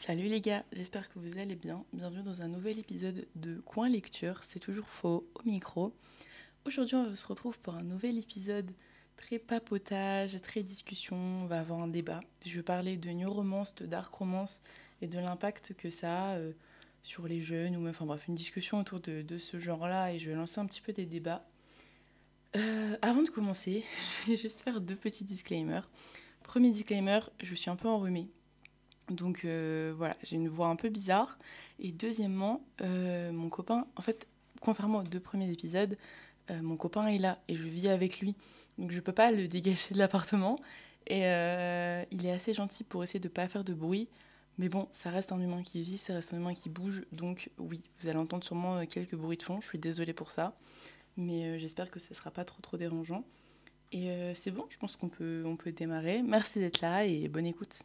Salut les gars, j'espère que vous allez bien. Bienvenue dans un nouvel épisode de Coin Lecture, c'est toujours faux au micro. Aujourd'hui on se retrouve pour un nouvel épisode très papotage, très discussion, on va avoir un débat. Je vais parler de new romance, de dark romance et de l'impact que ça a sur les jeunes, ou même, enfin bref, une discussion autour de ce genre-là et je vais lancer un petit peu des débats. Avant de commencer, je vais juste faire deux petits disclaimers. Premier disclaimer, je suis un peu enrhumée. Donc voilà, j'ai une voix un peu bizarre. Et deuxièmement, mon copain, en fait, contrairement aux deux premiers épisodes, mon copain est là et je vis avec lui. Donc je peux pas le dégager de l'appartement. Et il est assez gentil pour essayer de ne pas faire de bruit. Mais bon, ça reste un humain qui vit, ça reste un humain qui bouge. Donc oui, vous allez entendre sûrement quelques bruits de fond. Je suis désolée pour ça. Mais j'espère que ça sera pas trop dérangeant. Et c'est bon, je pense qu'on peut démarrer. Merci d'être là et bonne écoute.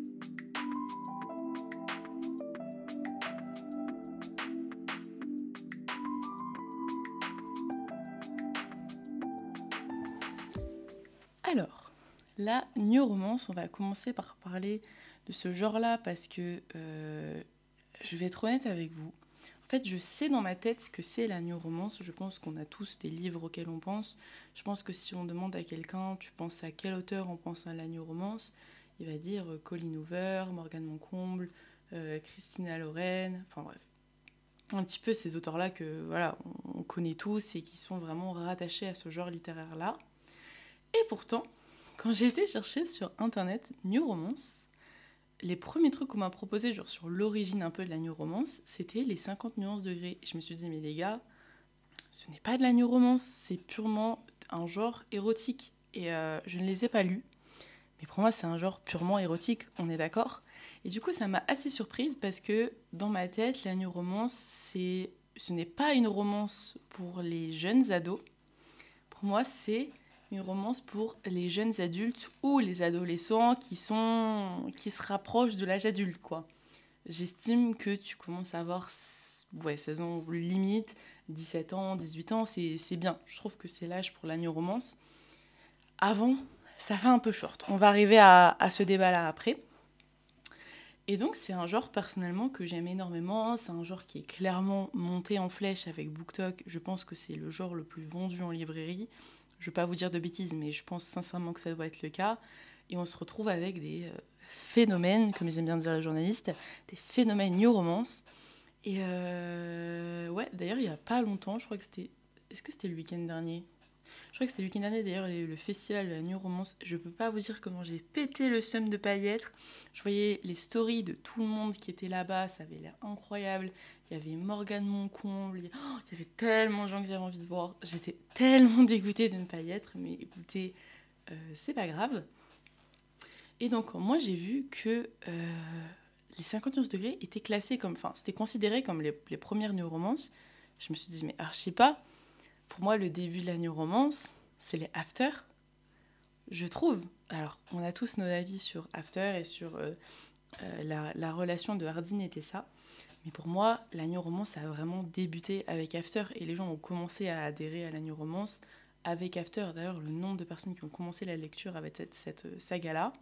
Alors, la new romance, on va commencer par parler de ce genre-là parce que je vais être honnête avec vous. En fait, je sais dans ma tête ce que c'est la new romance. Je pense qu'on a tous des livres auxquels on pense. Je pense que si on demande à quelqu'un, tu penses à quel auteur on pense à la new romance, il va dire Colleen Hoover, Morgane Moncomble, Christina Loren, enfin bref. Un petit peu ces auteurs-là que voilà, on connaît tous et qui sont vraiment rattachés à ce genre littéraire-là. Et pourtant, quand j'ai été chercher sur internet New Romance, les premiers trucs qu'on m'a proposé, genre sur l'origine un peu de la New Romance, c'était les 50 nuances de Grey. Et je me suis dit, mais les gars, ce n'est pas de la New Romance, c'est purement un genre érotique. Et je ne les ai pas lus, mais pour moi, c'est un genre purement érotique, on est d'accord. Et du coup, ça m'a assez surprise parce que dans ma tête, la New Romance, ce n'est pas une romance pour les jeunes ados. Pour moi, c'est une romance pour les jeunes adultes ou les adolescents qui se rapprochent de l'âge adulte, quoi. J'estime que tu commences à avoir 16 ans limite, 17 ans, 18 ans, c'est bien. Je trouve que c'est l'âge pour la new romance. Avant, ça fait un peu short. On va arriver à ce débat-là après. Et donc, c'est un genre personnellement que j'aime énormément. C'est un genre qui est clairement monté en flèche avec BookTok. Je pense que c'est le genre le plus vendu en librairie. Je ne vais pas vous dire de bêtises, mais je pense sincèrement que ça doit être le cas. Et on se retrouve avec des phénomènes, comme ils aiment bien dire les journalistes, des phénomènes new romance. Et ouais, d'ailleurs, il n'y a pas longtemps, je crois que c'était. Est-ce que c'était le week-end dernier? Je crois que c'était le week-end dernier, d'ailleurs, le festival de la New Romance. Je peux pas vous dire comment j'ai pété le seum de pas y être. Je voyais les stories de tout le monde qui était là-bas, ça avait l'air incroyable. Il y avait Morgane Moncomble, il y avait tellement de gens que j'avais envie de voir. J'étais tellement dégoûtée de ne pas y être, mais écoutez, c'est pas grave. Et donc, moi, j'ai vu que les 51 degrés étaient classés comme. Enfin, c'était considéré comme les premières New Romances. Je me suis dit, mais archi pas. Pour moi, le début de la New Romance, c'est les After, je trouve. Alors, on a tous nos avis sur After et sur la relation de Hardin et Tessa. Mais pour moi, la New Romance a vraiment débuté avec After. Et les gens ont commencé à adhérer à la New Romance avec After. D'ailleurs, le nombre de personnes qui ont commencé la lecture avec cette saga-là.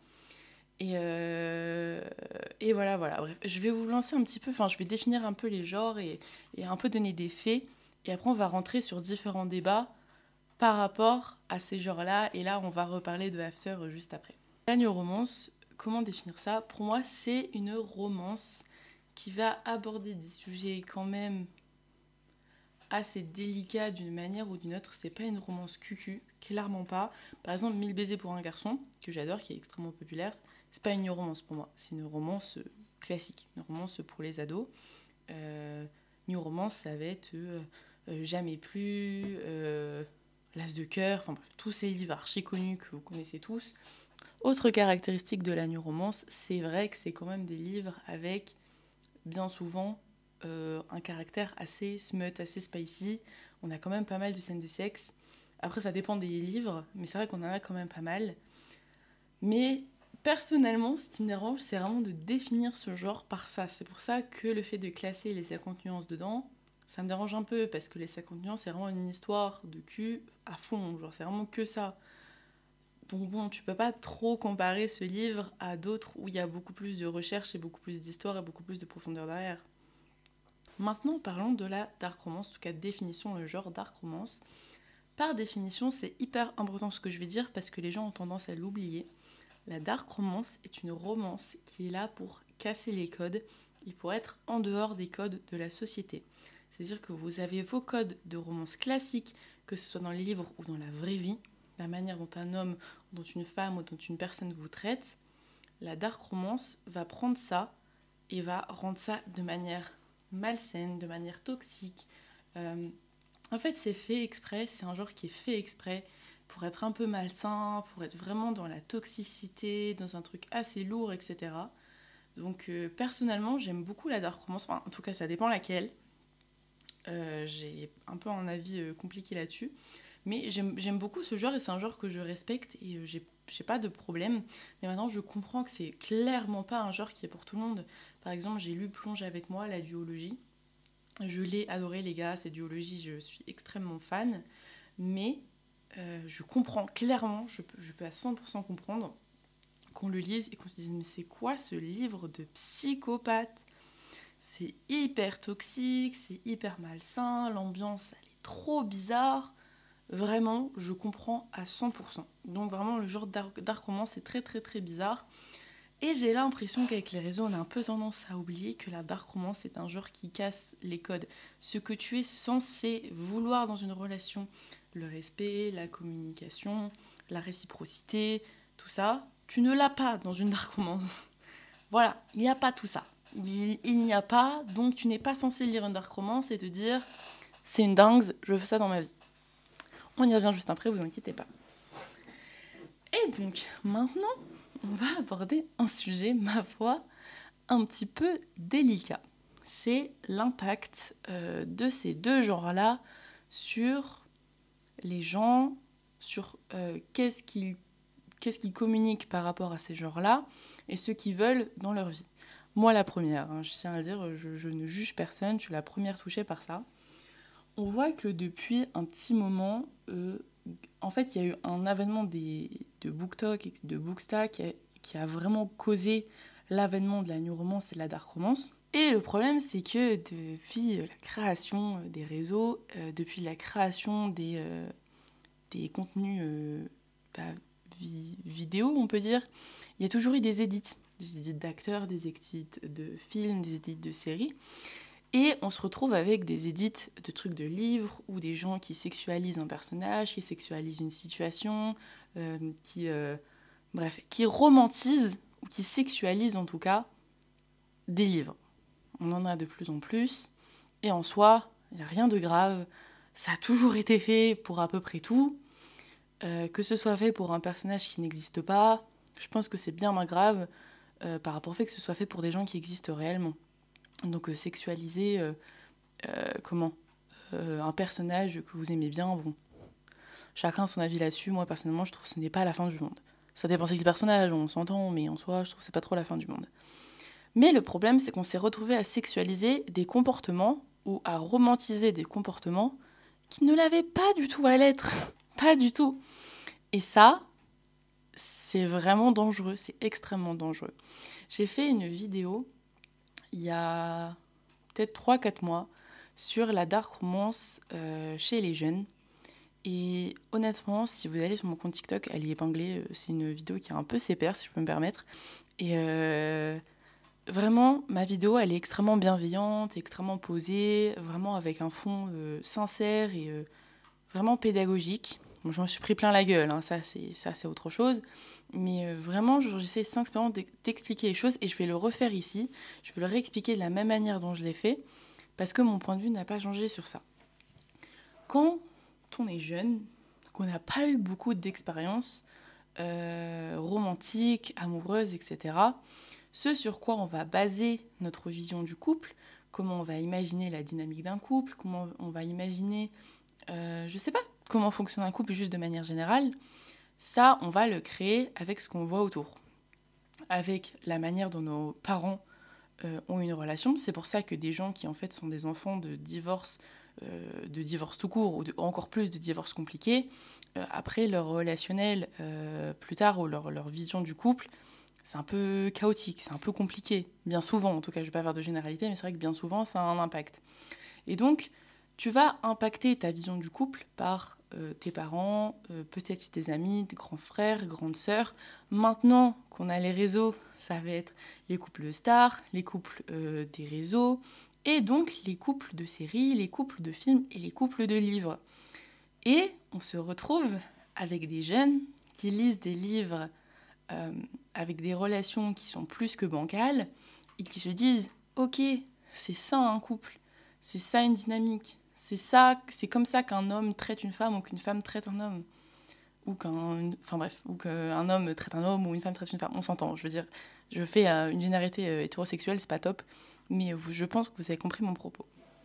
Et voilà. Bref, je vais vous lancer un petit peu, enfin, je vais définir un peu les genres et un peu donner des faits. Et après, on va rentrer sur différents débats par rapport à ces genres-là. Et là, on va reparler de After juste après. La new romance, comment définir ça? Pour moi, c'est une romance qui va aborder des sujets quand même assez délicats d'une manière ou d'une autre. C'est pas une romance cucu, clairement pas. Par exemple, 1000 baisers pour un garçon, que j'adore, qui est extrêmement populaire, c'est pas une new romance pour moi. C'est une romance classique, une romance pour les ados. New romance, ça va être Jamais plus, L'As de cœur, enfin bref, tous ces livres archi connus que vous connaissez tous. Autre caractéristique de la new romance, c'est vrai que c'est quand même des livres avec bien souvent un caractère assez smut, assez spicy. On a quand même pas mal de scènes de sexe. Après, ça dépend des livres, mais c'est vrai qu'on en a quand même pas mal. Mais personnellement, ce qui me dérange, c'est vraiment de définir ce genre par ça. C'est pour ça que le fait de classer les 50 nuances dedans, ça me dérange un peu, parce que les 50 nuances, c'est vraiment une histoire de cul à fond. Genre, c'est vraiment que ça. Donc bon, tu peux pas trop comparer ce livre à d'autres où il y a beaucoup plus de recherche et beaucoup plus d'histoire et beaucoup plus de profondeur derrière. Maintenant, parlons de la dark romance, en tout cas définissons le genre dark romance. Par définition, c'est hyper important ce que je vais dire parce que les gens ont tendance à l'oublier. La dark romance est une romance qui est là pour casser les codes et pour être en dehors des codes de la société. C'est-à-dire que vous avez vos codes de romance classiques, que ce soit dans les livres ou dans la vraie vie, la manière dont un homme, dont une femme ou dont une personne vous traite. La dark romance va prendre ça et va rendre ça de manière malsaine, de manière toxique. En fait, c'est fait exprès, c'est un genre qui est fait exprès pour être un peu malsain, pour être vraiment dans la toxicité, dans un truc assez lourd, etc. Donc personnellement, j'aime beaucoup la dark romance, enfin en tout cas ça dépend laquelle. J'ai un peu un avis compliqué là-dessus. Mais j'aime beaucoup ce genre et c'est un genre que je respecte et j'ai pas de problème. Mais maintenant, je comprends que c'est clairement pas un genre qui est pour tout le monde. Par exemple, j'ai lu Plonge avec moi, la duologie. Je l'ai adoré, les gars, cette duologie, je suis extrêmement fan. Mais je comprends clairement, je peux à 100% comprendre qu'on le lise et qu'on se dise mais c'est quoi ce livre de psychopathe? C'est hyper toxique, c'est hyper malsain, l'ambiance elle est trop bizarre. Vraiment, je comprends à 100%. Donc vraiment, le genre dark romance, c'est très très très bizarre. Et j'ai l'impression qu'avec les réseaux, on a un peu tendance à oublier que la dark romance est un genre qui casse les codes. Ce que tu es censé vouloir dans une relation, le respect, la communication, la réciprocité, tout ça, tu ne l'as pas dans une dark romance. Voilà, il n'y a pas tout ça. Il n'y a pas, donc tu n'es pas censé lire une dark romance et te dire c'est une dingue, je veux ça dans ma vie. On y revient juste après, vous inquiétez pas. Et donc, maintenant, on va aborder un sujet, ma foi, un petit peu délicat. C'est l'impact de ces deux genres-là sur les gens, sur qu'est-ce qu'ils communiquent par rapport à ces genres-là et ce qu'ils veulent dans leur vie. Moi, la première, je tiens à dire, je ne juge personne, je suis la première touchée par ça. On voit que depuis un petit moment, en fait, il y a eu un avènement de BookTok et de Bookstack qui a vraiment causé l'avènement de la new romance et de la dark romance. Et le problème, c'est que depuis la création des réseaux, depuis la création des contenus vidéo, on peut dire, il y a toujours eu des edits d'acteurs, des edits de films, des edits de séries. Et on se retrouve avec des edits de trucs de livres ou des gens qui sexualisent un personnage, qui sexualisent une situation, qui romantisent ou qui sexualisent en tout cas des livres. On en a de plus en plus. Et en soi, il n'y a rien de grave. Ça a toujours été fait pour à peu près tout. Que ce soit fait pour un personnage qui n'existe pas, je pense que c'est bien moins grave par rapport au fait que ce soit fait pour des gens qui existent réellement. Donc sexualiser un personnage que vous aimez bien, bon, chacun son avis là-dessus. Moi personnellement, je trouve que ce n'est pas la fin du monde. Ça dépend de quel personnage, on s'entend, mais en soi, je trouve que c'est pas trop la fin du monde. Mais le problème, c'est qu'on s'est retrouvé à sexualiser des comportements ou à romantiser des comportements qui ne l'avaient pas du tout à l'être. Pas du tout. Et ça, c'est vraiment dangereux, c'est extrêmement dangereux. J'ai fait une vidéo il y a peut-être 3-4 mois sur la dark romance chez les jeunes. Et honnêtement, si vous allez sur mon compte TikTok, elle est épinglée. C'est une vidéo qui est un peu sépère, si je peux me permettre. Et vraiment, ma vidéo, elle est extrêmement bienveillante, extrêmement posée, vraiment avec un fond sincère et vraiment pédagogique. Bon, je m'en suis pris plein la gueule, hein, ça c'est autre chose. Mais vraiment, j'essaie sincèrement d'expliquer les choses et je vais le refaire ici. Je vais le réexpliquer de la même manière dont je l'ai fait parce que mon point de vue n'a pas changé sur ça. Quand on est jeune, qu'on n'a pas eu beaucoup d'expériences romantiques, amoureuses, etc., ce sur quoi on va baser notre vision du couple, comment on va imaginer la dynamique d'un couple, comment on va imaginer, je sais pas, comment fonctionne un couple juste de manière générale, ça, on va le créer avec ce qu'on voit autour, avec la manière dont nos parents ont une relation. C'est pour ça que des gens qui en fait sont des enfants de divorce de divorce tout court, ou encore plus de divorce compliqué, après leur relationnel plus tard, ou leur vision du couple, c'est un peu chaotique, c'est un peu compliqué. Bien souvent, en tout cas, je ne vais pas faire de généralité, mais c'est vrai que bien souvent, ça a un impact. Et donc, tu vas impacter ta vision du couple par tes parents, peut-être tes amis, tes grands frères, grandes sœurs. Maintenant qu'on a les réseaux, ça va être les couples stars, les couples des réseaux, et donc les couples de séries, les couples de films et les couples de livres. Et on se retrouve avec des jeunes qui lisent des livres euh, avec des relations qui sont plus que bancales et qui se disent « Ok, c'est ça un couple, c'est ça une dynamique, c'est comme ça qu'un homme traite une femme ou qu'une femme traite un homme. » Ou ou qu'un homme traite un homme ou une femme traite une femme. On s'entend, je veux dire, je fais une généralité hétérosexuelle, c'est pas top, mais je pense que vous avez compris mon propos.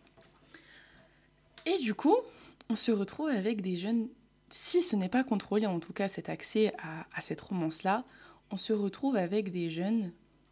Et du coup, on se retrouve avec des jeunes, si ce n'est pas contrôlé, en tout cas cet accès à cette romance-là, on se retrouve avec des jeunes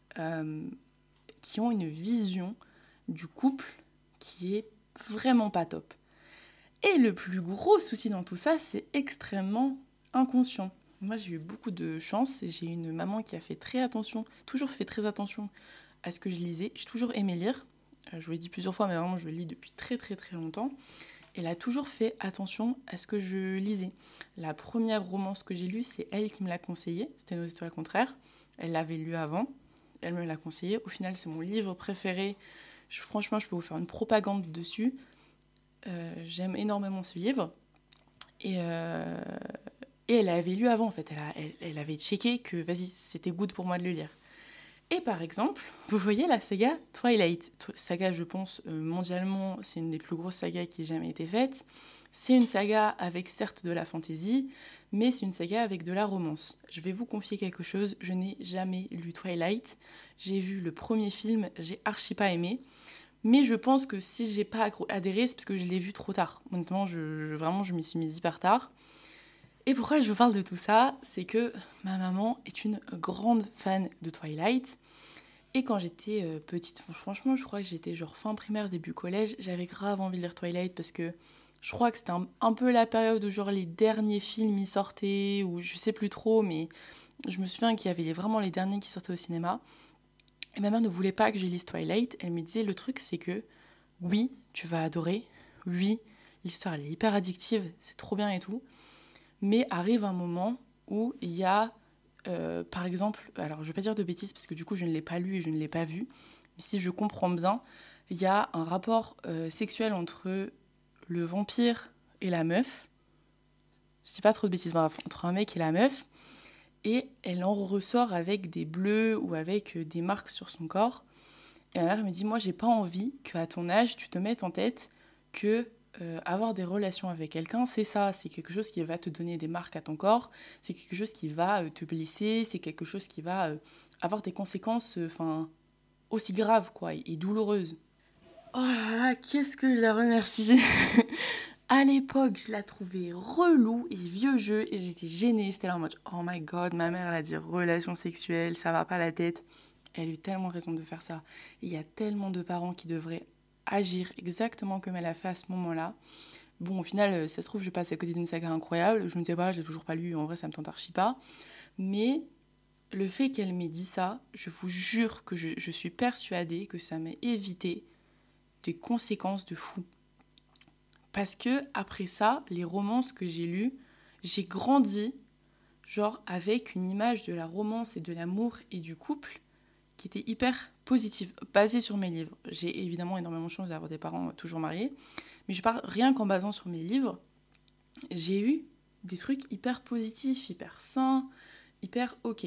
qui ont une vision du couple qui est vraiment pas top. Et le plus gros souci dans tout ça, c'est extrêmement inconscient. Moi, j'ai eu beaucoup de chance et j'ai une maman qui a fait toujours fait très attention à ce que je lisais. J'ai toujours aimé lire. Je vous l'ai dit plusieurs fois, mais vraiment, je lis depuis très très très longtemps. Elle a toujours fait attention à ce que je lisais. La première romance que j'ai lue, c'est elle qui me l'a conseillée. C'était Nos étoiles contraires. Elle l'avait lu avant. Elle me l'a conseillé. Au final, c'est mon livre préféré. Franchement, je peux vous faire une propagande dessus. J'aime énormément ce livre. Et elle l'avait lu avant, en fait. Elle avait checké que, vas-y, c'était good pour moi de le lire. Et par exemple, vous voyez la saga Twilight. Saga, je pense, mondialement, c'est une des plus grosses sagas qui ait jamais été faite. C'est une saga avec certes de la fantasy, mais c'est une saga avec de la romance. Je vais vous confier quelque chose, je n'ai jamais lu Twilight. J'ai vu le premier film, j'ai archi pas aimé. Mais je pense que si j'ai pas adhéré, c'est parce que je l'ai vu trop tard. Honnêtement, vraiment, je m'y suis mise hyper tard. Et pourquoi je vous parle de tout ça, c'est que ma maman est une grande fan de Twilight. Et quand j'étais petite, franchement, je crois que j'étais genre fin primaire, début collège, j'avais grave envie de lire Twilight parce que je crois que c'était un peu la période où genre les derniers films y sortaient, ou je sais plus trop, mais je me souviens qu'il y avait vraiment les derniers qui sortaient au cinéma. Et ma mère ne voulait pas que je lise Twilight. Elle me disait, le truc c'est que oui, tu vas adorer, oui, l'histoire elle est hyper addictive, c'est trop bien et tout, mais arrive un moment où il y a, par exemple, alors je vais pas dire de bêtises parce que du coup je ne l'ai pas lu et je ne l'ai pas vu, mais si je comprends bien, il y a un rapport sexuel entre le vampire et la meuf, je dis pas trop de bêtises, bref, entre un mec et la meuf, et elle en ressort avec des bleus ou avec des marques sur son corps. Et ma mère me dit, moi j'ai pas envie qu'à ton âge tu te mettes en tête que avoir des relations avec quelqu'un, c'est ça, c'est quelque chose qui va te donner des marques à ton corps, c'est quelque chose qui va te blesser, c'est quelque chose qui va avoir des conséquences aussi graves quoi, et douloureuses. Oh là là, qu'est-ce que je la remercie. À l'époque, je la trouvais relou et vieux jeu et j'étais gênée. J'étais là en mode oh my god, ma mère elle a dit relation sexuelle, ça va pas la tête. Elle a eu tellement raison de faire ça. Et il y a tellement de parents qui devraient agir exactement comme elle a fait à ce moment-là. Bon, au final, ça se trouve, je passe à côté d'une saga incroyable. Je ne sais pas, je l'ai toujours pas lu. En vrai, ça me tente archi pas. Mais le fait qu'elle m'ait dit ça, je vous jure que je suis persuadée que ça m'a évité des conséquences de fou. Parce que après ça, les romances que j'ai lues, j'ai grandi genre avec une image de la romance et de l'amour et du couple qui était hyper positive, basée sur mes livres. J'ai évidemment énormément de chance d'avoir des parents toujours mariés, mais je parle rien qu'en basant sur mes livres, j'ai eu des trucs hyper positifs, hyper sains, hyper ok.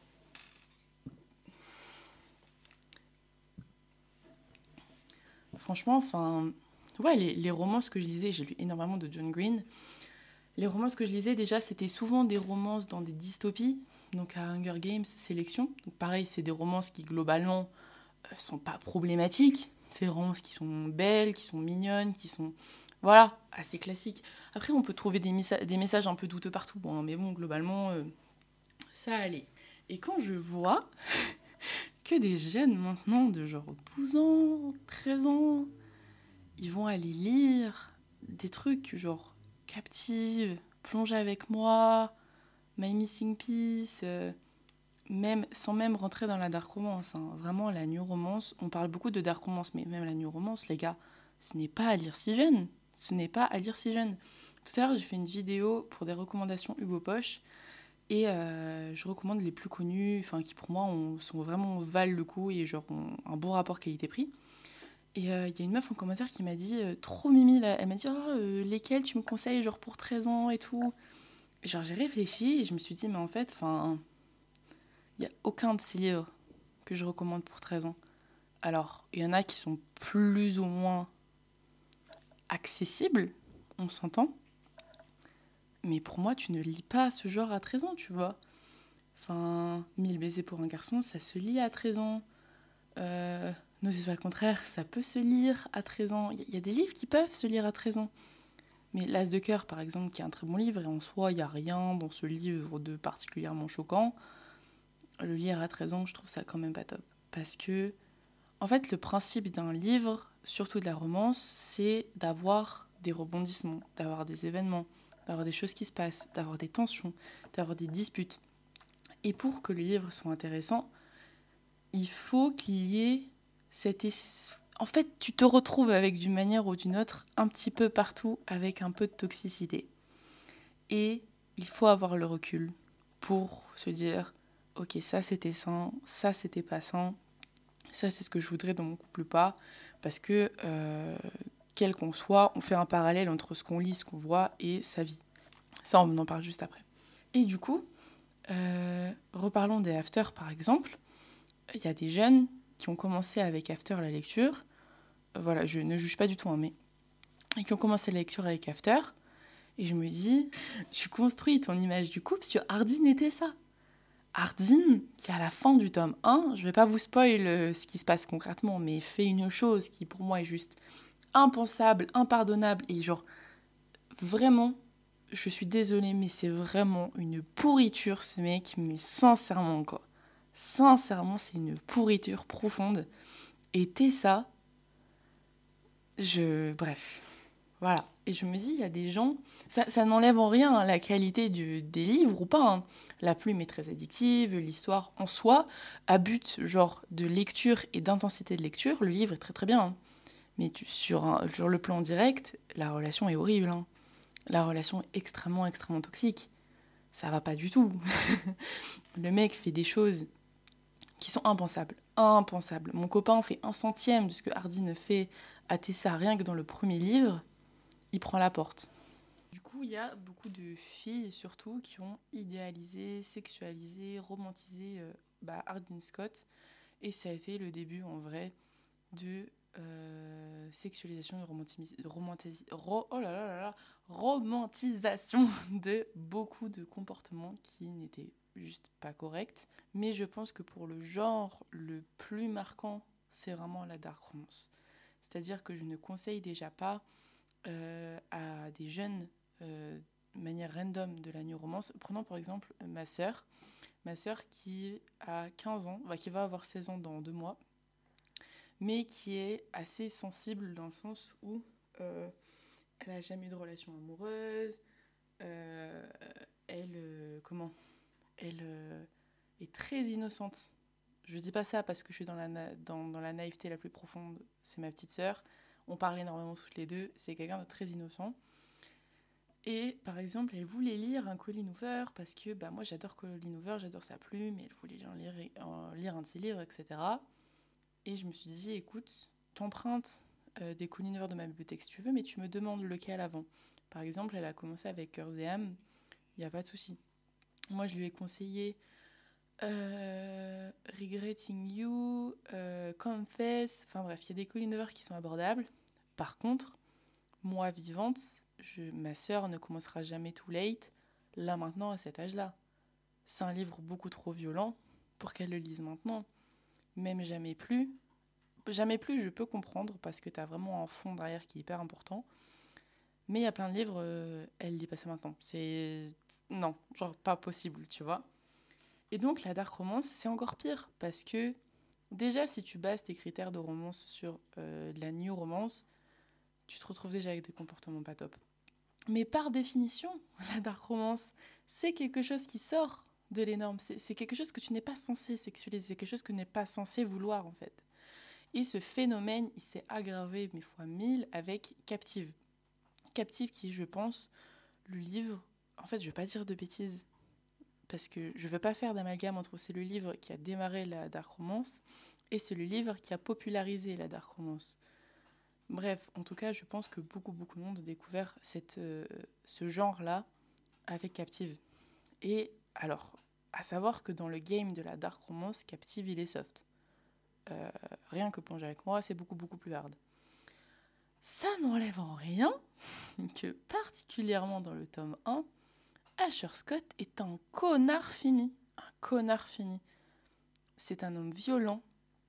Franchement, ouais, les romances que je lisais, j'ai lu énormément de John Green. Les romances que je lisais, déjà, c'était souvent des romances dans des dystopies, donc à Hunger Games Sélection. Donc pareil, c'est des romances qui, globalement, sont pas problématiques. C'est des romances qui sont belles, qui sont mignonnes, qui sont, voilà, assez classiques. Après, on peut trouver des messages un peu douteux partout, bon, mais bon, globalement, ça allait. Et quand je vois que des jeunes maintenant de genre 12 ans, 13 ans, ils vont aller lire des trucs genre Captive, Plonge avec moi, My Missing Piece, même, sans même rentrer dans la dark romance. Hein. Vraiment, la new romance, on parle beaucoup de dark romance, mais même la new romance, les gars, ce n'est pas à lire si jeune. Ce n'est pas à lire si jeune. Tout à l'heure, j'ai fait une vidéo pour des recommandations Hugo Poche, et je recommande les plus connus, enfin qui pour moi sont vraiment valent le coup et genre ont un bon rapport qualité-prix. Et il y a une meuf en commentaire qui m'a dit trop mimi là, elle m'a dit oh, lesquels tu me conseilles genre pour 13 ans et tout. Genre j'ai réfléchi et je me suis dit mais en fait enfin il y a aucun de ces livres que je recommande pour 13 ans. Alors, il y en a qui sont plus ou moins accessibles, on s'entend. Mais pour moi, tu ne lis pas ce genre à 13 ans, tu vois. Enfin, 1000 baisers pour un garçon, ça se lit à 13 ans. N'osez pas le contraire, ça peut se lire à 13 ans. Il y a des livres qui peuvent se lire à 13 ans. Mais L'As de cœur, par exemple, qui est un très bon livre, et en soi, il n'y a rien dans ce livre de particulièrement choquant. Le lire à 13 ans, je trouve ça quand même pas top. Parce que, en fait, le principe d'un livre, surtout de la romance, c'est d'avoir des rebondissements, d'avoir des événements, d'avoir des choses qui se passent, d'avoir des tensions, d'avoir des disputes. Et pour que le livre soit intéressant, il faut qu'il y ait cette... En fait, tu te retrouves avec d'une manière ou d'une autre, un petit peu partout, avec un peu de toxicité. Et il faut avoir le recul pour se dire, ok, ça c'était sain, ça c'était pas sain, ça c'est ce que je voudrais dans mon couple ou pas, parce que quel qu'on soit, on fait un parallèle entre ce qu'on lit, ce qu'on voit et sa vie. Ça, on en parle juste après. Et du coup, reparlons des After par exemple. Il y a des jeunes qui ont commencé avec After la lecture. Voilà, je ne juge pas du tout, hein, mais et qui ont commencé la lecture avec After. Et je me dis, tu construis ton image du couple sur Hardin était ça. Hardin, qui à la fin du tome 1, je vais pas vous spoil ce qui se passe concrètement, mais fait une chose qui pour moi est juste impensable, impardonnable, et genre, vraiment, je suis désolée, mais c'est vraiment une pourriture ce mec, mais sincèrement quoi. Sincèrement, c'est une pourriture profonde. Et Tessa, bref, voilà. Et je me dis, il y a des gens... Ça n'enlève en rien hein, la qualité des livres ou pas. Hein. La plume est très addictive, l'histoire en soi, à but genre de lecture et d'intensité de lecture, le livre est très très bien. Hein. Mais sur le plan direct, la relation est horrible. Hein. La relation est extrêmement, extrêmement toxique. Ça va pas du tout. Le mec fait des choses qui sont impensables. Impensables. Mon copain fait 1/100 de ce que Hardin fait à Tessa rien que dans le premier livre. Il prend la porte. Du coup, il y a beaucoup de filles, surtout, qui ont idéalisé, sexualisé, romantisé Hardin Scott. Et ça a été le début, en vrai, de sexualisation, romantisation de beaucoup de comportements qui n'étaient juste pas corrects. Mais je pense que pour le genre le plus marquant, c'est vraiment la dark romance. C'est-à-dire que je ne conseille déjà pas à des jeunes de manière random de la new romance. Prenons par exemple ma sœur qui a 15 ans, qui va avoir 16 ans dans 2 mois, mais qui est assez sensible dans le sens où elle n'a jamais eu de relation amoureuse, elle est très innocente. Je dis pas ça parce que je suis dans la naïveté la plus profonde, c'est ma petite sœur. On parle énormément toutes les deux, c'est quelqu'un de très innocent. Et par exemple, elle voulait lire un Colleen Hoover parce que moi j'adore Colleen Hoover, j'adore sa plume, et elle voulait lire un de ses livres, etc. Et je me suis dit, écoute, t'empruntes des Colleen Hoover de ma bibliothèque si tu veux, mais tu me demandes lequel avant. Par exemple, elle a commencé avec Cœurs et âmes, il n'y a pas de souci. Moi, je lui ai conseillé Regretting You, Confess, enfin bref, il y a des Colleen Hoover qui sont abordables. Par contre, moi vivante, ma sœur ne commencera jamais Too Late, là maintenant à cet âge-là. C'est un livre beaucoup trop violent pour qu'elle le lise maintenant. Même Jamais plus, je peux comprendre parce que t'as vraiment un fond derrière qui est hyper important. Mais il y a plein de livres, elle lit pas ça maintenant. Non, genre pas possible, tu vois. Et donc la dark romance, c'est encore pire parce que déjà si tu bases tes critères de romance sur de la new romance, tu te retrouves déjà avec des comportements pas top. Mais par définition, la dark romance, c'est quelque chose qui sort de les normes. C'est quelque chose que tu n'es pas censé sexualiser, c'est quelque chose que tu n'es pas censé vouloir en fait. Et ce phénomène, il s'est aggravé 1000 fois 1000 avec Captive. Captive qui, je pense, le livre... En fait, je ne vais pas dire de bêtises, parce que je ne veux pas faire d'amalgame entre c'est le livre qui a démarré la dark romance et c'est le livre qui a popularisé la dark romance. Bref, en tout cas, je pense que beaucoup de monde a découvert ce genre-là avec Captive. Et alors, à savoir que dans le game de la dark romance, Captive, il est soft. Rien que Plonger avec moi, c'est beaucoup plus hard. Ça n'enlève en rien que, particulièrement dans le tome 1, Asher Scott est un connard fini. Un connard fini. C'est un homme violent,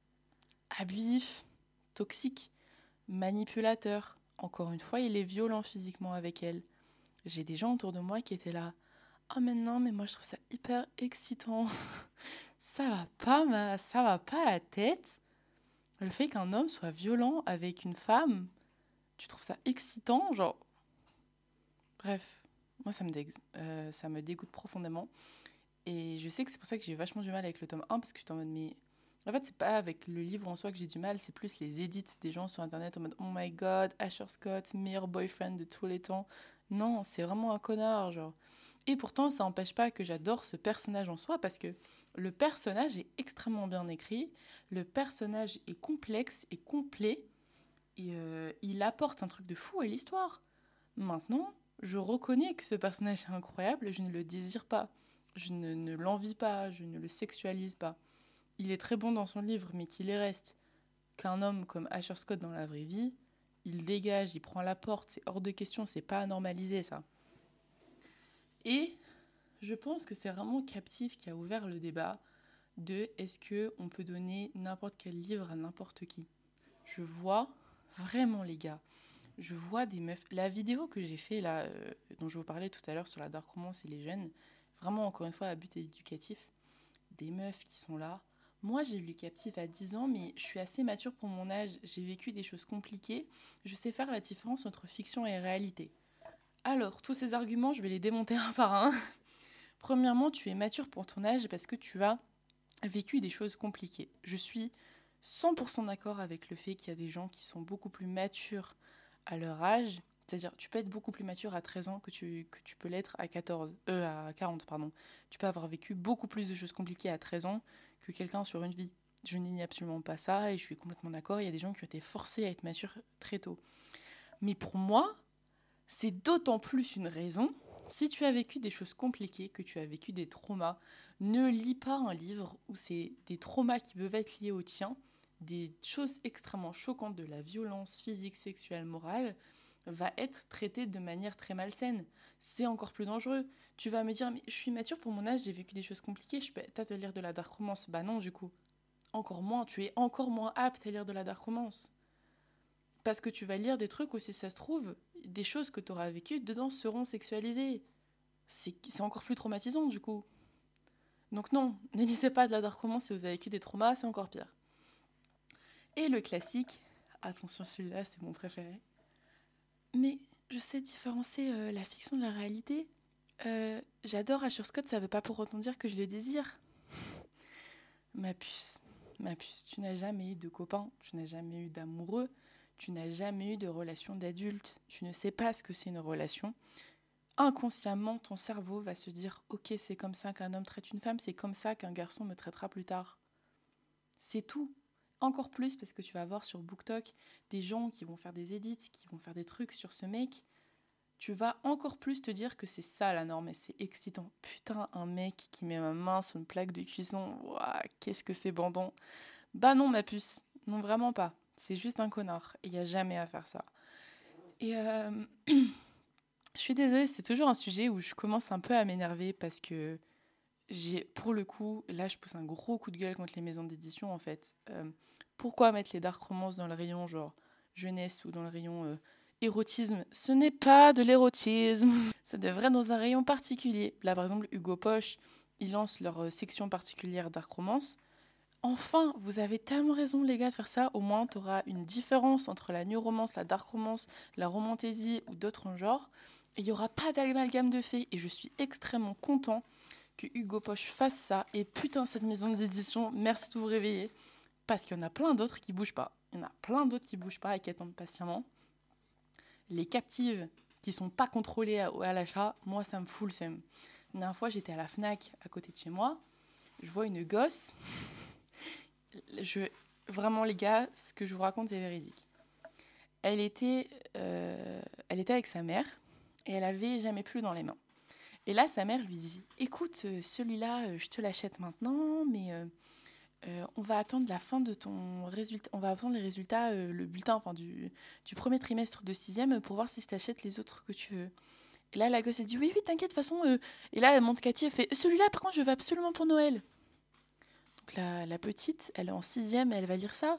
abusif, toxique, manipulateur. Encore une fois, il est violent physiquement avec elle. J'ai des gens autour de moi qui étaient là. Oh mais non, mais moi je trouve ça hyper excitant. Ça va pas à la tête. Le fait qu'un homme soit violent avec une femme, tu trouves ça excitant, genre... Bref, moi ça me dégoûte profondément. Et je sais que c'est pour ça que j'ai vachement du mal avec le tome 1, parce que j'étais en mode, mais... En fait, c'est pas avec le livre en soi que j'ai du mal, c'est plus les edits des gens sur Internet en mode « Oh my god, Asher Scott, meilleur boyfriend de tous les temps. » Non, c'est vraiment un connard, genre. Et pourtant, ça n'empêche pas que j'adore ce personnage en soi, parce que le personnage est extrêmement bien écrit, le personnage est complexe et complet, et il apporte un truc de fou à l'histoire. Maintenant, je reconnais que ce personnage est incroyable, je ne le désire pas, je ne l'envie pas, je ne le sexualise pas. Il est très bon dans son livre, mais qu'il y reste qu'un homme comme Asher Scott dans la vraie vie, il dégage, il prend la porte, c'est hors de question, c'est pas à normaliser ça. Et je pense que c'est vraiment Captive qui a ouvert le débat de est-ce qu'on peut donner n'importe quel livre à n'importe qui. Je vois vraiment les gars, je vois des meufs. La vidéo que j'ai fait là, dont je vous parlais tout à l'heure sur la dark romance et les jeunes, vraiment encore une fois à but éducatif, des meufs qui sont là. Moi, j'ai lu Captive à 10 ans, mais je suis assez mature pour mon âge. J'ai vécu des choses compliquées. Je sais faire la différence entre fiction et réalité. Alors, tous ces arguments, je vais les démonter un par un. Premièrement, tu es mature pour ton âge parce que tu as vécu des choses compliquées. Je suis 100% d'accord avec le fait qu'il y a des gens qui sont beaucoup plus matures à leur âge. C'est-à-dire, tu peux être beaucoup plus mature à 13 ans que tu peux l'être à 40. Pardon. Tu peux avoir vécu beaucoup plus de choses compliquées à 13 ans que quelqu'un sur une vie. Je nie absolument pas ça et je suis complètement d'accord. Il y a des gens qui ont été forcés à être matures très tôt. Mais pour moi, c'est d'autant plus une raison. Si tu as vécu des choses compliquées, que tu as vécu des traumas, ne lis pas un livre où c'est des traumas qui peuvent être liés au tien, des choses extrêmement choquantes, de la violence physique, sexuelle, morale, va être traitée de manière très malsaine. C'est encore plus dangereux. Tu vas me dire, mais je suis mature pour mon âge, j'ai vécu des choses compliquées, je peux peut-être lire de la dark romance. Bah non, du coup. Encore moins, tu es encore moins apte à lire de la dark romance. Parce que tu vas lire des trucs où, si ça se trouve, des choses que tu auras vécues dedans seront sexualisées. C'est encore plus traumatisant, du coup. Donc non, ne lisez pas de la dark romance si vous avez vécu des traumas, c'est encore pire. Et le classique, attention, celui-là, c'est mon préféré. Mais je sais différencier la fiction de la réalité. J'adore Asher Scott, ça veut pas pour autant dire que je le désire. Ma puce, tu n'as jamais eu de copain, tu n'as jamais eu d'amoureux, tu n'as jamais eu de relation d'adulte, tu ne sais pas ce que c'est une relation. Inconsciemment, ton cerveau va se dire « Ok, c'est comme ça qu'un homme traite une femme, c'est comme ça qu'un garçon me traitera plus tard. » C'est tout. Encore plus parce que tu vas voir sur BookTok des gens qui vont faire des edits, qui vont faire des trucs sur ce mec. Tu vas encore plus te dire que c'est ça la norme et c'est excitant. Putain, un mec qui met ma main sur une plaque de cuisson, ouah, qu'est-ce que c'est bandant. Bah non, ma puce, non vraiment pas. C'est juste un connard et il n'y a jamais à faire ça. Et je suis désolée, c'est toujours un sujet où je commence un peu à m'énerver parce que pour le coup, là je pousse un gros coup de gueule contre les maisons d'édition en fait. Pourquoi mettre les dark romances dans le rayon genre jeunesse ou dans le rayon érotisme? Ce n'est pas de l'érotisme. Ça devrait être dans un rayon particulier. Là par exemple, Hugo Poche, ils lancent leur section particulière dark romance. Enfin, vous avez tellement raison, les gars, de faire ça. Au moins, tu auras une différence entre la new romance, la dark romance, la romantasy ou d'autres genres. Et il n'y aura pas d'amalgame de faits. Et je suis extrêmement content que Hugo Poche fasse ça. Et putain, cette maison d'édition, merci de vous réveiller. Parce qu'il y en a plein d'autres qui bougent pas. Il y en a plein d'autres qui bougent pas et qui attendent patiemment. Les captives qui sont pas contrôlées à l'achat, moi, ça me fout le seum. La dernière fois, j'étais à la Fnac à côté de chez moi. Je vois une gosse. Je, Vraiment, les gars, ce que je vous raconte est véridique. Elle était, elle était avec sa mère et elle avait jamais plus dans les mains. Et là, sa mère lui dit écoute, celui-là, je te l'achète maintenant, mais on va attendre la fin de ton résultat. On va attendre les résultats, le bulletin enfin, du premier trimestre de sixième pour voir si je t'achète les autres que tu veux. Et là, la gosse, elle dit oui, oui, t'inquiète, de toute façon. Et là, elle monte Cathy, elle fait celui-là, par contre, je veux absolument pour Noël. Donc la petite, elle est en sixième et elle va lire ça.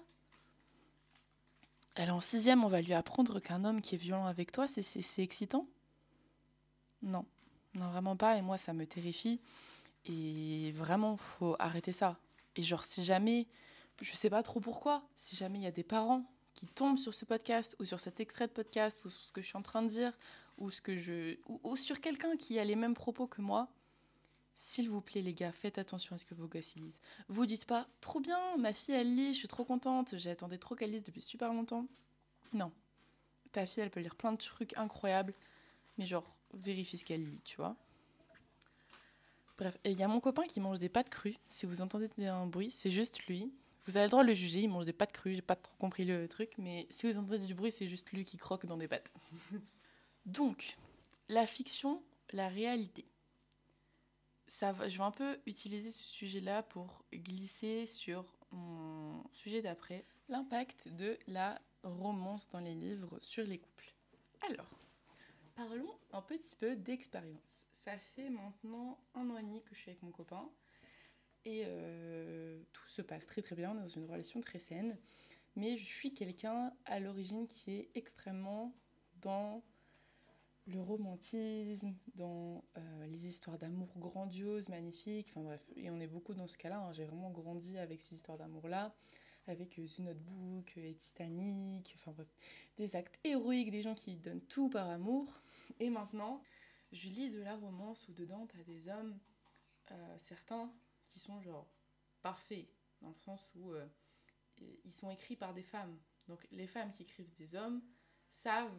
Elle est en sixième, on va lui apprendre qu'un homme qui est violent avec toi, c'est excitant? Non. Non, vraiment pas. Et moi, ça me terrifie. Et vraiment, faut arrêter ça. Et genre, si jamais, je sais pas trop pourquoi, si jamais il y a des parents qui tombent sur ce podcast ou sur cet extrait de podcast ou sur ce que je suis en train de dire ou sur quelqu'un qui a les mêmes propos que moi, s'il vous plaît les gars, faites attention à ce que vos gosses lisent. Vous dites pas trop bien, ma fille elle lit, je suis trop contente, j'attendais trop qu'elle lise depuis super longtemps. Non, ta fille elle peut lire plein de trucs incroyables, mais genre vérifie ce qu'elle lit, tu vois. Bref, et il y a mon copain qui mange des pâtes crues. Si vous entendez un bruit, c'est juste lui. Vous avez le droit de le juger, il mange des pâtes crues, j'ai pas trop compris le truc, mais si vous entendez du bruit, c'est juste lui qui croque dans des pâtes. Donc, la fiction, la réalité. Je vais un peu utiliser ce sujet-là pour glisser sur mon sujet d'après, l'impact de la romance dans les livres sur les couples. Alors, parlons un petit peu d'expérience. Ça fait maintenant 1 an et demi que je suis avec mon copain et tout se passe très très bien, on est dans une relation très saine. Mais je suis quelqu'un à l'origine qui est extrêmement dans le romantisme, dans les histoires d'amour grandioses, magnifiques, enfin bref, et on est beaucoup dans ce cas-là, hein. J'ai vraiment grandi avec ces histoires d'amour-là, avec The Notebook et Titanic, enfin bref, des actes héroïques, des gens qui donnent tout par amour. Et maintenant, je lis de la romance où dedans, t'as des hommes, certains, qui sont genre parfaits, dans le sens où ils sont écrits par des femmes. Donc les femmes qui écrivent des hommes savent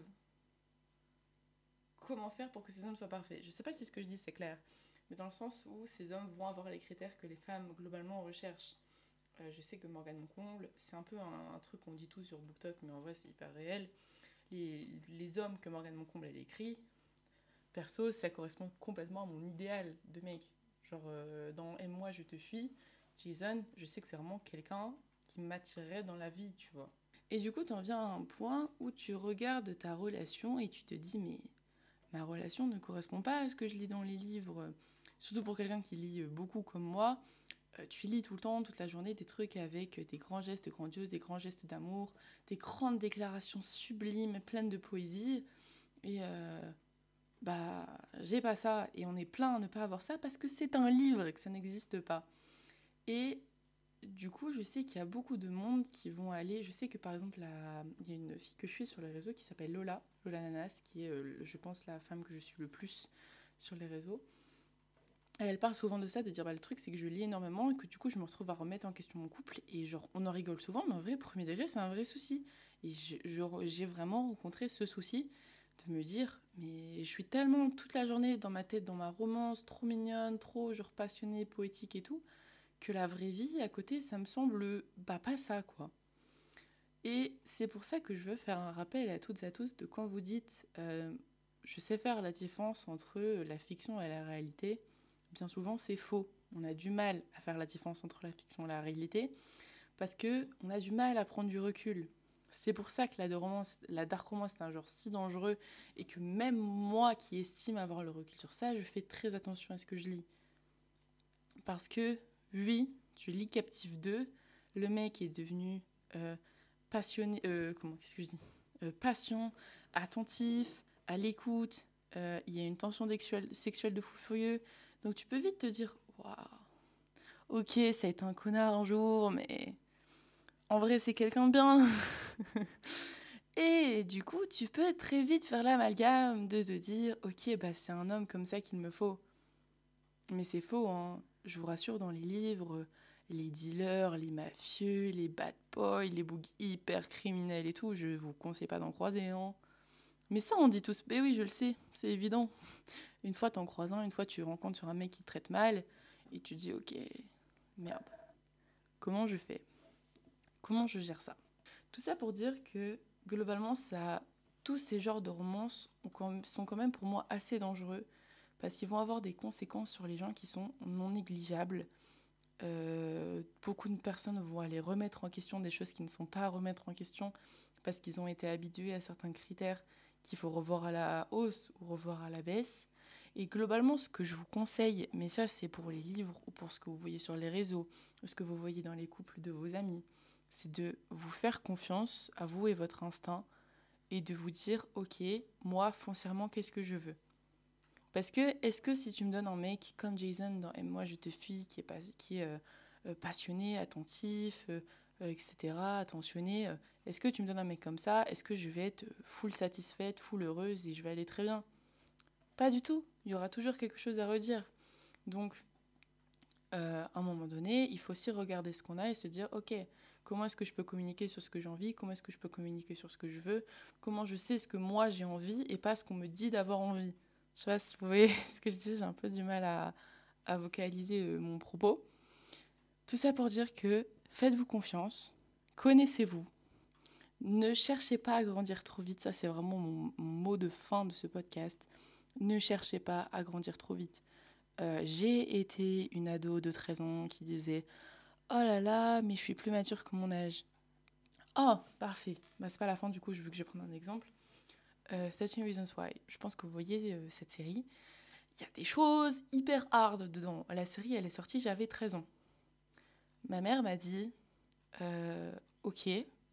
comment faire pour que ces hommes soient parfaits. Je sais pas si ce que je dis c'est clair, mais dans le sens où ces hommes vont avoir les critères que les femmes globalement recherchent. Je sais que Morgane Moncomble, c'est un peu un truc qu'on dit tout sur BookTok, mais en vrai c'est hyper réel. Les hommes que Morgane Moncomble elle écrit, perso, ça correspond complètement à mon idéal de mec. Genre dans Aime-moi, je te fuis, Jason, je sais que c'est vraiment quelqu'un qui m'attirerait dans la vie, tu vois. Et du coup, t'en viens à un point où tu regardes ta relation et tu te dis, mais ma relation ne correspond pas à ce que je lis dans les livres. Surtout pour quelqu'un qui lit beaucoup comme moi, tu lis tout le temps, toute la journée, des trucs avec des grands gestes grandioses, des grands gestes d'amour, des grandes déclarations sublimes, pleines de poésie. Et bah, j'ai pas ça. Et on est plein à ne pas avoir ça parce que c'est un livre et que ça n'existe pas. Et du coup, je sais qu'il y a beaucoup de monde qui vont aller. Je sais que par exemple, il y a une fille que je suis sur les réseaux qui s'appelle Lola Nanas, qui est, je pense, la femme que je suis le plus sur les réseaux. Et elle parle souvent de ça, de dire bah, le truc c'est que je lis énormément et que du coup je me retrouve à remettre en question mon couple. Et genre, on en rigole souvent, mais en vrai, premier degré, c'est un vrai souci. Et j'ai vraiment rencontré ce souci de me dire, mais je suis tellement toute la journée dans ma tête, dans ma romance, trop mignonne, trop genre passionnée, poétique et tout, que la vraie vie à côté, ça me semble bah pas ça quoi. Et c'est pour ça que je veux faire un rappel à toutes et à tous de quand vous dites je sais faire la différence entre la fiction et la réalité, bien souvent c'est faux. On a du mal à faire la différence entre la fiction et la réalité parce que on a du mal à prendre du recul. C'est pour ça que la dark romance est un genre si dangereux et que même moi qui estime avoir le recul sur ça, je fais très attention à ce que je lis. Parce que, oui, tu lis Captive 2, le mec est devenu passionné. Qu'est-ce que je dis Passion, attentif, à l'écoute, il y a une tension sexuelle de fou furieux. Donc tu peux vite te dire waouh, ok, ça a été un connard un jour, mais en vrai, c'est quelqu'un de bien. Et du coup, tu peux très vite faire l'amalgame de te dire, ok, bah c'est un homme comme ça qu'il me faut. Mais c'est faux, hein. Je vous rassure, dans les livres, les dealers, les mafieux, les bad boys, les boogies hyper criminels et tout, je vous conseille pas d'en croiser, hein. Mais ça, on dit tous, mais oui, je le sais, c'est évident. Une fois, t'en croises un, une fois, tu rencontres sur un mec qui te traite mal, et tu te dis, ok, merde, comment je fais? Comment je gère ça? Tout ça pour dire que, globalement, tous ces genres de romances sont quand même pour moi assez dangereux, parce qu'ils vont avoir des conséquences sur les gens qui sont non négligeables. Beaucoup de personnes vont aller remettre en question des choses qui ne sont pas à remettre en question parce qu'ils ont été habitués à certains critères qu'il faut revoir à la hausse ou revoir à la baisse. Et globalement, ce que je vous conseille, mais ça c'est pour les livres ou pour ce que vous voyez sur les réseaux, ou ce que vous voyez dans les couples de vos amis, c'est de vous faire confiance à vous et votre instinct et de vous dire, ok, moi foncièrement, qu'est-ce que je veux? Parce que, est-ce que si tu me donnes un mec comme Jason dans Aime-moi, je te fuis, qui est passionné, attentif, etc., attentionné, est-ce que tu me donnes un mec comme ça? Est-ce que je vais être full satisfaite, full heureuse et je vais aller très bien? Pas du tout. Il y aura toujours quelque chose à redire. Donc, à un moment donné, il faut aussi regarder ce qu'on a et se dire, ok, comment est-ce que je peux communiquer sur ce que j'ai envie? Comment est-ce que je peux communiquer sur ce que je veux? Comment je sais ce que moi j'ai envie et pas ce qu'on me dit d'avoir envie? Je sais pas si vous voyez ce que je dis, j'ai un peu du mal à vocaliser mon propos. Tout ça pour dire que faites-vous confiance, connaissez-vous, ne cherchez pas à grandir trop vite, ça c'est vraiment mon mot de fin de ce podcast. Ne cherchez pas à grandir trop vite. J'ai été une ado de 13 ans qui disait oh là là, mais je suis plus mature que mon âge. Oh, parfait. Bah, c'est pas la fin, du coup, vu que je vais prendre un exemple. 13 Reasons Why. Je pense que vous voyez cette série. Il y a des choses hyper hard dedans. La série, elle est sortie, j'avais 13 ans. Ma mère m'a dit ok,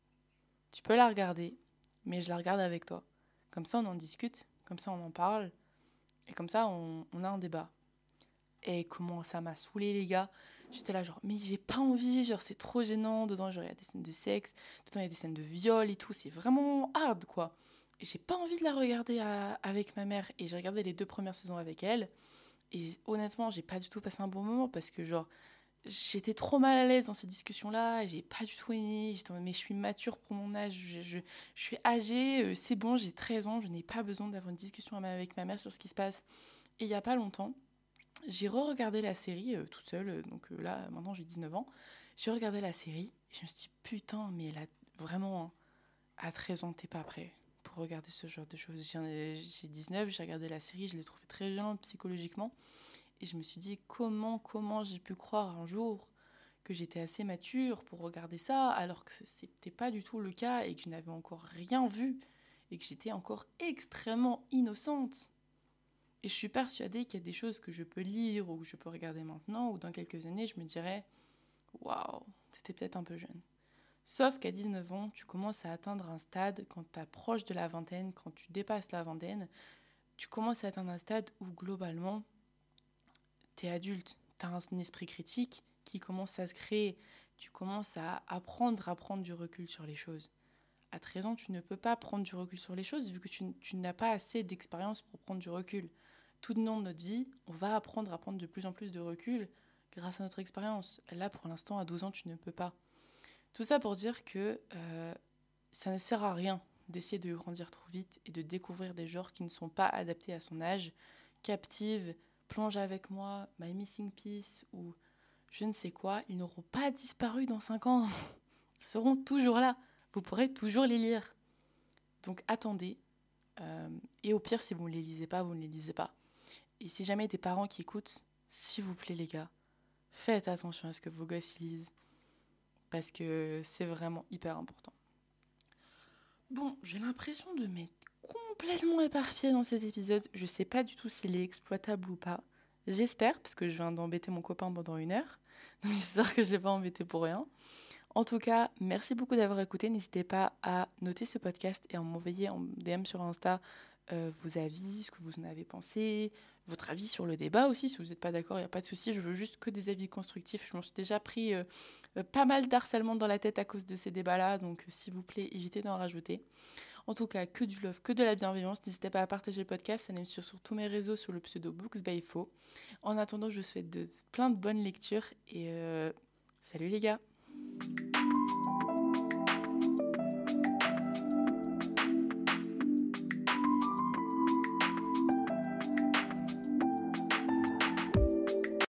tu peux la regarder, mais je la regarde avec toi. Comme ça, on en discute, comme ça, on en parle, et comme ça, on a un débat. Et comment ça m'a saoulée, les gars. J'étais là, genre, mais j'ai pas envie, genre, c'est trop gênant. Dedans, genre, il y a des scènes de sexe, dedans, il y a des scènes de viol et tout. C'est vraiment hard, quoi. Et j'ai pas envie de la regarder avec ma mère. Et j'ai regardé les 2 premières saisons avec elle. Et honnêtement, j'ai pas du tout passé un bon moment parce que, genre, j'étais trop mal à l'aise dans ces discussions-là. J'ai pas du tout aimé. J'étais en mode, mais je suis mature pour mon âge. Je suis âgée. C'est bon, j'ai 13 ans. Je n'ai pas besoin d'avoir une discussion avec ma mère sur ce qui se passe. Et il y a pas longtemps, j'ai re-regardé la série toute seule, donc là maintenant j'ai 19 ans. J'ai regardé la série et je me suis dit putain, mais elle a vraiment, hein, à 13 ans, t'es pas prêt pour regarder ce genre de choses. J'ai 19, j'ai regardé la série, je l'ai trouvée très violente psychologiquement et je me suis dit comment j'ai pu croire un jour que j'étais assez mature pour regarder ça alors que c'était pas du tout le cas et que je n'avais encore rien vu et que j'étais encore extrêmement innocente. Et je suis persuadée qu'il y a des choses que je peux lire ou que je peux regarder maintenant ou dans quelques années, je me dirais waouh, t'étais peut-être un peu jeune. Sauf qu'à 19 ans, tu commences à atteindre un stade, quand tu approches de la vingtaine, quand tu dépasses la vingtaine, tu commences à atteindre un stade où globalement, t'es adulte, t'as un esprit critique qui commence à se créer, tu commences à prendre du recul sur les choses. À 13 ans, tu ne peux pas prendre du recul sur les choses vu que tu n'as pas assez d'expérience pour prendre du recul. Tout au long de notre vie, on va apprendre à prendre de plus en plus de recul grâce à notre expérience. Là, pour l'instant, à 12 ans, tu ne peux pas. Tout ça pour dire que ça ne sert à rien d'essayer de grandir trop vite et de découvrir des genres qui ne sont pas adaptés à son âge. Captive, Plonge avec moi, My Missing Piece ou je ne sais quoi, ils n'auront pas disparu dans 5 ans. Ils seront toujours là. Vous pourrez toujours les lire. Donc attendez. Et au pire, si vous ne les lisez pas, vous ne les lisez pas. Et si jamais des parents qui écoutent, s'il vous plaît les gars, faites attention à ce que vos gosses lisent. Parce que c'est vraiment hyper important. Bon, j'ai l'impression de m'être complètement éparpillée dans cet épisode. Je sais pas du tout s'il est exploitable ou pas. J'espère, parce que je viens d'embêter mon copain pendant 1 heure. Donc j'espère que je ne l'ai pas embêté pour rien. En tout cas, merci beaucoup d'avoir écouté. N'hésitez pas à noter ce podcast et à m'envoyer en DM sur Insta vos avis, ce que vous en avez pensé, votre avis sur le débat aussi. Si vous n'êtes pas d'accord, il n'y a pas de souci. Je veux juste que des avis constructifs. Je m'en suis déjà pris pas mal d'harcèlement dans la tête à cause de ces débats-là. Donc, s'il vous plaît, évitez d'en rajouter. En tout cas, que du love, que de la bienveillance. N'hésitez pas à partager le podcast. Allez me suivre sur tous mes réseaux sous le pseudo Books by Fo. En attendant, je vous souhaite plein de bonnes lectures. Et salut les gars!